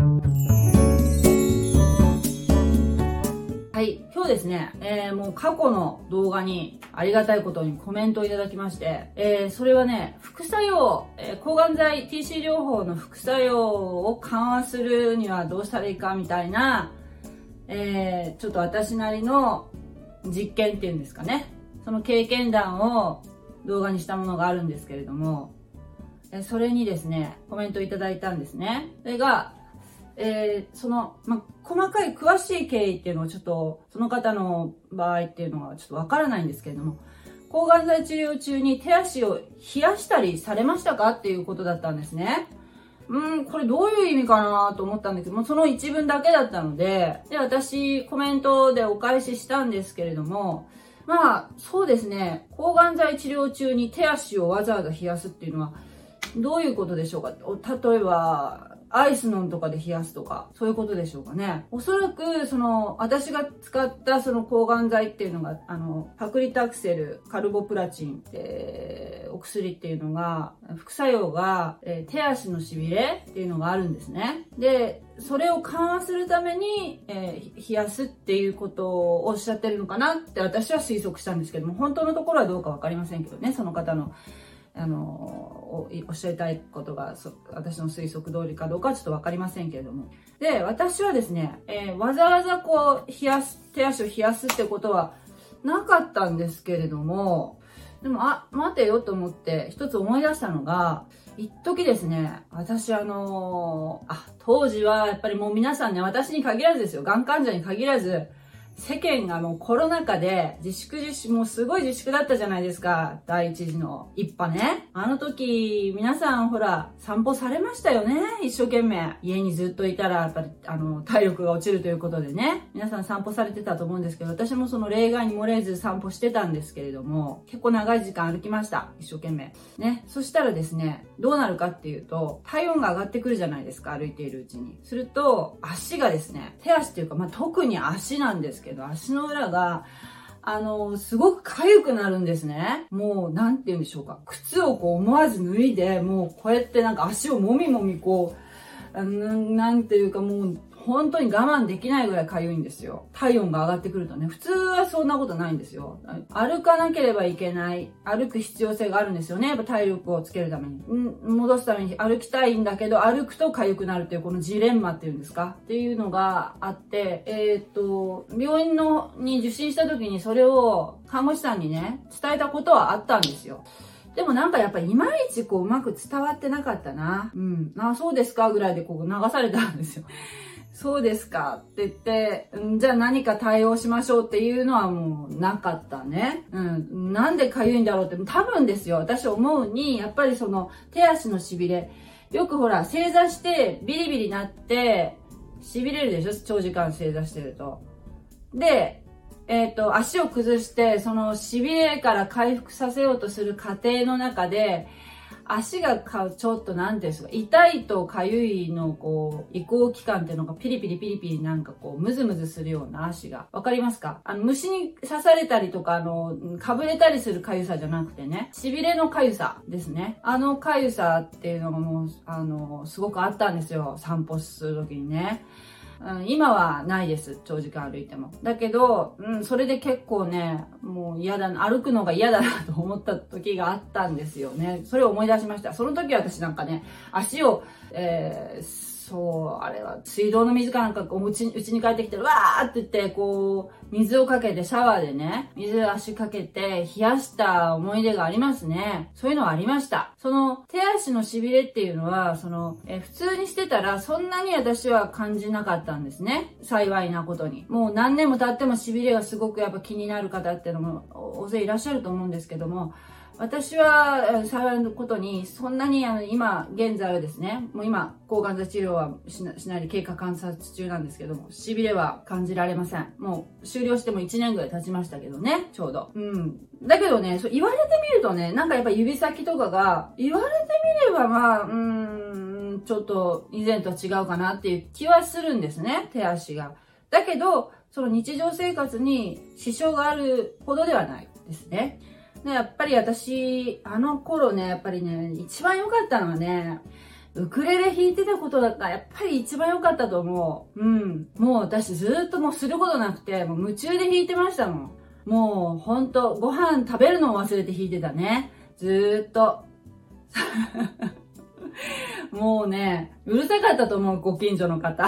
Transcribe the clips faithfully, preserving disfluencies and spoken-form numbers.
はい、今日ですね、えー、もう過去の動画にありがたいことにコメントをいただきまして、えー、それはね、副作用、えー、抗がん剤 ティーシー 療法の副作用を緩和するにはどうしたらいいかみたいな、えー、ちょっと私なりの実験っていうんですかね、その経験談を動画にしたものがあるんですけれども、えー、それにですね、コメントをいただいたんですね。それが、えー、その、ま、細かい詳しい経緯っていうのをちょっと、その方の場合っていうのはちょっとわからないんですけれども、抗がん剤治療中に手足を冷やしたりされましたかっていうことだったんですね。うーん、これどういう意味かなと思ったんですけども、その一文だけだったので、で、私コメントでお返ししたんですけれども、まあ、そうですね、抗がん剤治療中に手足をわざわざ冷やすっていうのは、どういうことでしょうか。例えば、アイスノンとかで冷やすとか、そういうことでしょうかね。おそらく、その、私が使ったその抗がん剤っていうのが、あの、パクリタクセル、カルボプラチンって、お薬っていうのが、副作用が、えー、手足のしびれっていうのがあるんですね。で、それを緩和するために、えー、冷やすっていうことをおっしゃってるのかなって私は推測したんですけども、本当のところはどうかわかりませんけどね、その方の。あのお、おっしゃりたいことが私の推測通りかどうかはちょっとわかりませんけれども。で、私はですね、えー、わざわざこう、冷やす、手足を冷やすってことはなかったんですけれども、でも、あ、待てよと思って一つ思い出したのが、一時ですね、私あのー、あ、当時はやっぱりもう皆さんね、私に限らずですよ、がん患者に限らず、世間がもうコロナ禍で自粛自粛、もうすごい自粛だったじゃないですか。第一次の一波ね。あの時、皆さんほら、散歩されましたよね。一生懸命。家にずっといたら、やっぱり、あの、体力が落ちるということでね。皆さん散歩されてたと思うんですけど、私もその例外に漏れず散歩してたんですけれども、結構長い時間歩きました。一生懸命。ね。そしたらですね、どうなるかっていうと、体温が上がってくるじゃないですか。歩いているうちに。すると、足がですね、手足っていうか、まあ、特に足なんですけど、足の裏が、あの、すごく痒くなるんですね。もう、なんて言うんでしょうか。靴をこう思わず脱いで、もうこうやってなんか足をもみもみこう、なんていうかもう、本当に我慢できないぐらい痒いんですよ。体温が上がってくるとね。普通はそんなことないんですよ。歩かなければいけない。歩く必要性があるんですよね。やっぱ体力をつけるために。ん戻すために歩きたいんだけど、歩くと痒くなるっていうこのジレンマっていうんですかっていうのがあって、えー、っと、病院のに受診した時にそれを看護師さんにね、伝えたことはあったんですよ。でもなんかやっぱりいまいちこううまく伝わってなかったな。うん。あ、そうですかぐらいでこう流されたんですよ。そうですかって言って、んじゃあ何か対応しましょうっていうのはもうなかったね。うん。なんで痒いんだろうって、多分ですよ。私思うに、やっぱりその手足のしびれ。よくほら、正座してビリビリなって、しびれるでしょ？長時間正座してると。で、えっと、足を崩して、そのしびれから回復させようとする過程の中で、足がかちょっとなんていうんですか、痛いとかゆいのこう移行期間っていうのがピリピリピリピリなんかこうムズムズするような足がわかりますか？あの虫に刺されたりとかあのかぶれたりするかゆさじゃなくてね、しびれのかゆさですね。あのかゆさっていうのがもうあのすごくあったんですよ、散歩する時にね。うん、今はないです。長時間歩いても。だけど、うん、それで結構ね、もう嫌だな、歩くのが嫌だなと思った時があったんですよね。それを思い出しました。その時私なんかね、足を、えーそう、あれは水道の水かなんかおうち、うちに帰ってきて、わーって言って、こう、水をかけて、シャワーでね、水足かけて、冷やした思い出がありますね。そういうのはありました。その、手足の痺れっていうのは、その、え普通にしてたら、そんなに私は感じなかったんですね。幸いなことに。もう何年も経っても痺れがすごくやっぱ気になる方っていうのも、大勢いらっしゃると思うんですけども、私は幸いなことにそんなにあの今現在はですね、もう今抗がん剤治療はし な, しないで経過観察中なんですけども、しびれは感じられません。もう終了してもいちねんぐらい経ちましたけどね、ちょうど。うん。だけどね、そう言われてみるとね、なんかやっぱ指先とかが言われてみればまあ、うーん、ちょっと以前とは違うかなっていう気はするんですね、手足が。だけど、その日常生活に支障があるほどではないですね。でやっぱり私、あの頃ね、やっぱりね、一番良かったのはね、 ウクレレ弾いてたことだったらやっぱり一番良かったと思う。うん。もう私ずーっともうすることなくて、もう夢中で弾いてましたもん。もうほんと、ご飯食べるのを忘れて弾いてたね。ずーっと。もうね、うるさかったと思う、ご近所の方。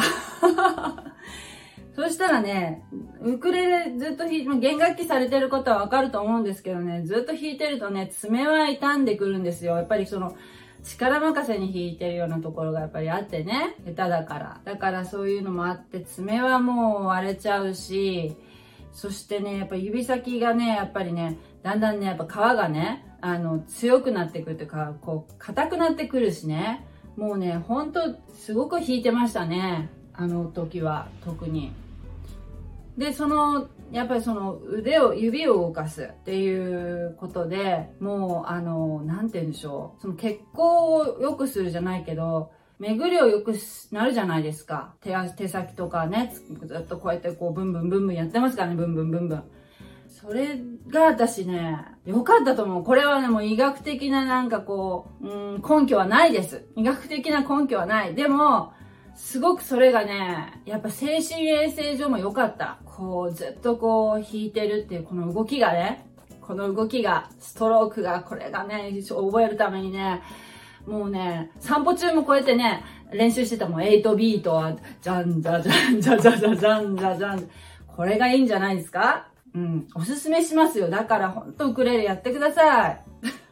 そしたらね、ウクレレずっと弾いて、弦楽器されてることはわかると思うんですけどね、ずっと弾いてるとね、爪は傷んでくるんですよ。やっぱりその、力任せに弾いてるようなところがやっぱりあってね、下手だから。だからそういうのもあって、爪はもう割れちゃうし、そしてね、やっぱ指先がね、やっぱりね、だんだんね、やっぱ皮がね、あの、強くなってくるというか、こう、硬くなってくるしね、もうね、ほんと、すごく弾いてましたね。あの時は、特に。で、その、やっぱりその腕を、指を動かすっていうことで、もう、あの、なんて言うんでしょう。その血行を良くするじゃないけど、巡りを良くなるじゃないですか。手足、手先とかね、ずっとこうやってこう、ブンブンブンブンやってますからね、ブンブンブンブン。それが私ね、良かったと思う。これはね、もう医学的ななんかこう、うん、根拠はないです。医学的な根拠はない。でも、すごくそれがね、やっぱ精神衛生上も良かった。こう、ずっとこう、弾いてるっていうこの動きがね、この動きが、ストロークが、これがね、覚えるためにね、もうね、散歩中もこうやってね、練習してたもん。エイトビートは、じゃんじゃじゃんじゃじゃじゃじゃんじゃじゃん。これがいいんじゃないですか？うん。おすすめしますよ。だからほんとウクレレやってください。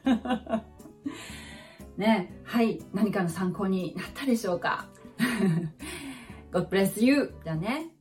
ね。はい。何かの参考になったでしょうか？God bless you! だね。